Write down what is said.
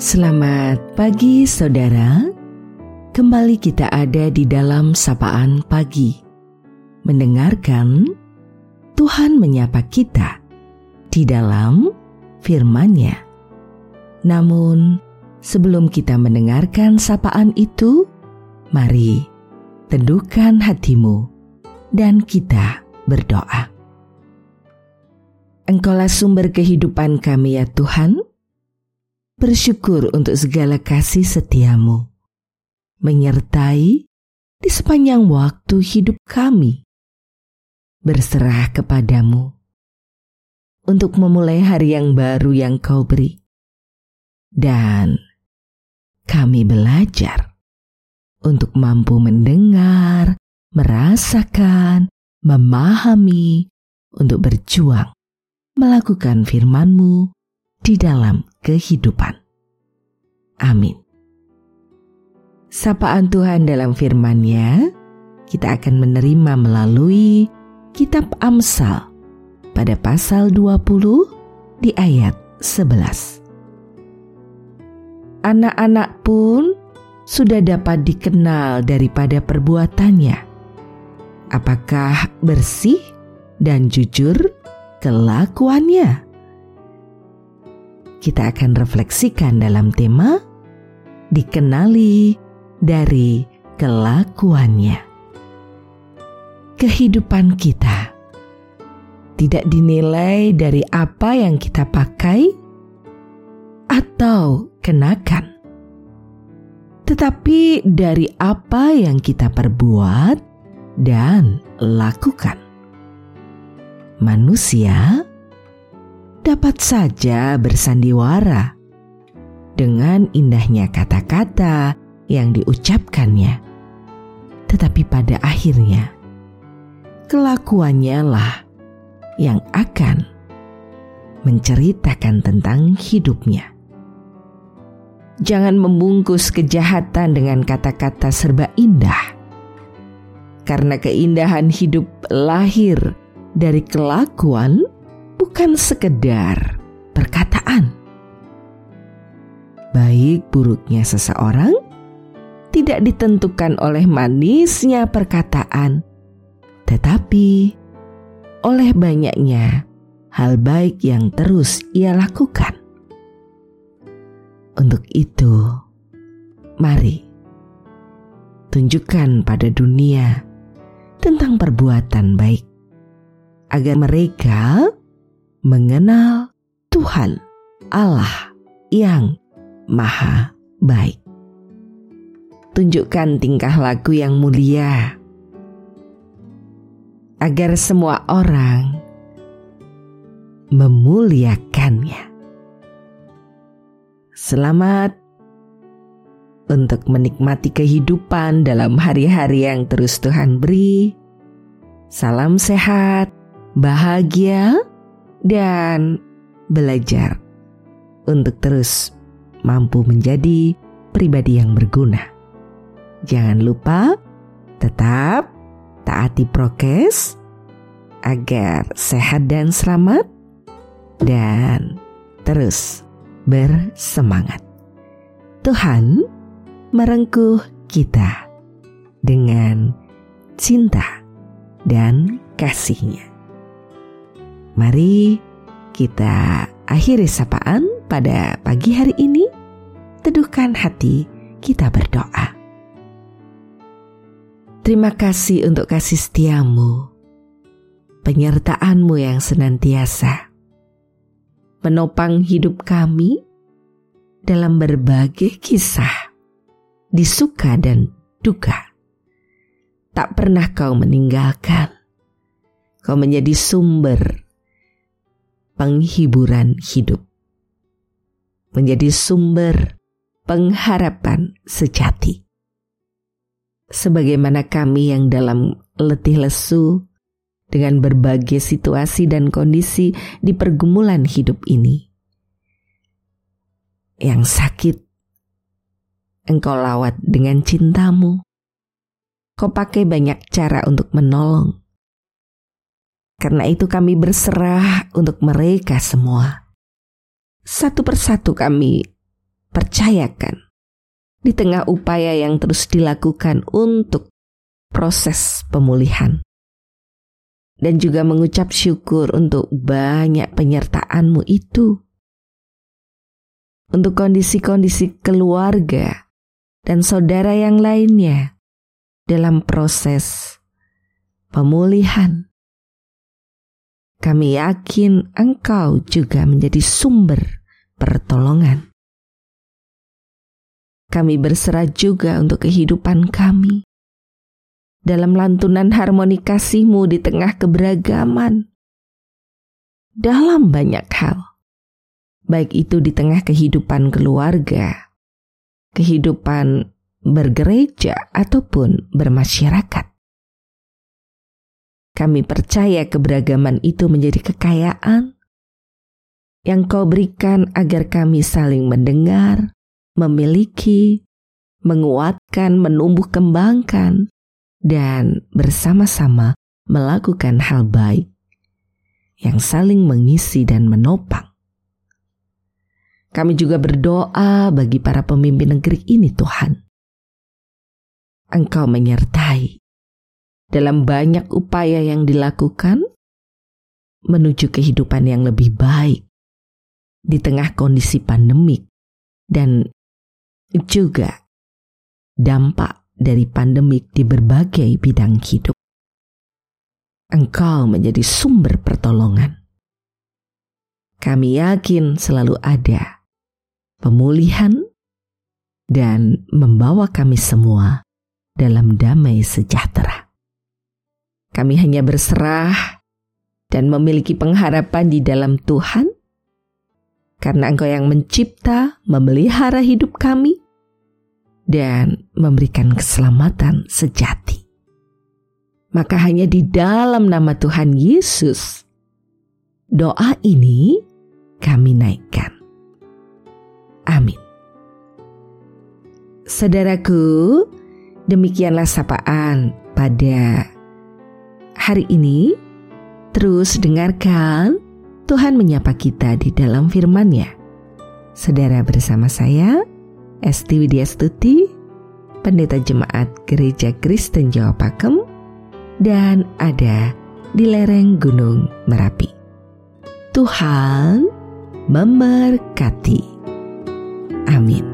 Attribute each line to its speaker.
Speaker 1: Selamat pagi saudara, kembali kita ada di dalam Sapaan Pagi, mendengarkan Tuhan menyapa kita di dalam firman-Nya. Namun sebelum kita mendengarkan sapaan itu, mari teduhkan hatimu dan kita berdoa. Engkaulah sumber kehidupan kami ya Tuhan. Bersyukur untuk segala kasih setiamu, menyertai di sepanjang waktu hidup kami. Berserah kepadamu untuk memulai hari yang baru yang kau beri. Dan kami belajar untuk mampu mendengar, merasakan, memahami, untuk berjuang, melakukan firman-Mu di dalam kehidupan. Amin. Sapaan Tuhan dalam firman-Nya kita akan menerima melalui kitab Amsal pada pasal 20 di ayat 11. Anak-anak pun sudah dapat dikenal daripada perbuatannya, apakah bersih dan jujur kelakuannya. Kita akan refleksikan dalam tema dikenali dari kelakuannya. Kehidupan kita tidak dinilai dari apa yang kita pakai atau kenakan, tetapi dari apa yang kita perbuat dan lakukan. Manusia dapat saja bersandiwara dengan indahnya kata-kata yang diucapkannya, tetapi pada akhirnya kelakuannya lah yang akan menceritakan tentang hidupnya. Jangan membungkus kejahatan dengan kata-kata serba indah, karena keindahan hidup lahir dari kelakuan, bukan sekedar perkataan. Baik buruknya seseorang tidak ditentukan oleh manisnya perkataan, tetapi oleh banyaknya hal baik yang terus ia lakukan. Untuk itu, mari tunjukkan pada dunia tentang perbuatan baik, agar mereka mengenal Tuhan Allah yang Maha Baik. Tunjukkan tingkah laku yang mulia, agar semua orang memuliakannya. Selamat untuk menikmati kehidupan dalam hari-hari yang terus Tuhan beri. Salam sehat, bahagia, dan belajar untuk terus mampu menjadi pribadi yang berguna. Jangan lupa tetap taati prokes agar sehat dan selamat, dan terus bersemangat. Tuhan merengkuh kita dengan cinta dan kasih-Nya. Mari kita akhiri sapaan pada pagi hari ini. Teduhkan hati, kita berdoa. Terima kasih untuk kasih setiamu, penyertaan-Mu yang senantiasa menopang hidup kami dalam berbagai kisah, di suka dan duka. Tak pernah Kau meninggalkan. Kau menjadi sumber penghiburan hidup, menjadi sumber pengharapan sejati. Sebagaimana kami yang dalam letih lesu dengan berbagai situasi dan kondisi di pergumulan hidup ini, yang sakit, Engkau lawat dengan cinta-Mu. Kau pakai banyak cara untuk menolong. Karena itu kami berserah untuk mereka semua. Satu persatu kami percayakan di tengah upaya yang terus dilakukan untuk proses pemulihan. Dan juga mengucap syukur untuk banyak penyertaan-Mu itu. Untuk kondisi-kondisi keluarga dan saudara yang lainnya dalam proses pemulihan. Kami yakin Engkau juga menjadi sumber pertolongan. Kami berserah juga untuk kehidupan kami. Dalam lantunan harmoni kasih-Mu di tengah keberagaman. Dalam banyak hal. Baik itu di tengah kehidupan keluarga, kehidupan bergereja, ataupun bermasyarakat. Kami percaya keberagaman itu menjadi kekayaan yang Kau berikan agar kami saling mendengar, memiliki, menguatkan, menumbuh kembangkan, dan bersama-sama melakukan hal baik yang saling mengisi dan menopang. Kami juga berdoa bagi para pemimpin negeri ini, Tuhan. Engkau menyertai dalam banyak upaya yang dilakukan menuju kehidupan yang lebih baik di tengah kondisi pandemik dan juga dampak dari pandemik di berbagai bidang hidup. Engkau menjadi sumber pertolongan. Kami yakin selalu ada pemulihan dan membawa kami semua dalam damai sejahtera. Kami hanya berserah dan memiliki pengharapan di dalam Tuhan, karena Engkau yang mencipta, memelihara hidup kami, dan memberikan keselamatan sejati. Maka hanya di dalam nama Tuhan Yesus, doa ini kami naikkan. Amin. Saudaraku, demikianlah sapaan pada hari ini. Terus dengarkan Tuhan menyapa kita di dalam firman-Nya. Saudara, bersama saya Esti Widyastuti, Pendeta Jemaat Gereja Kristen Jawa Pakem, dan ada di lereng Gunung Merapi. Tuhan memberkati. Amin.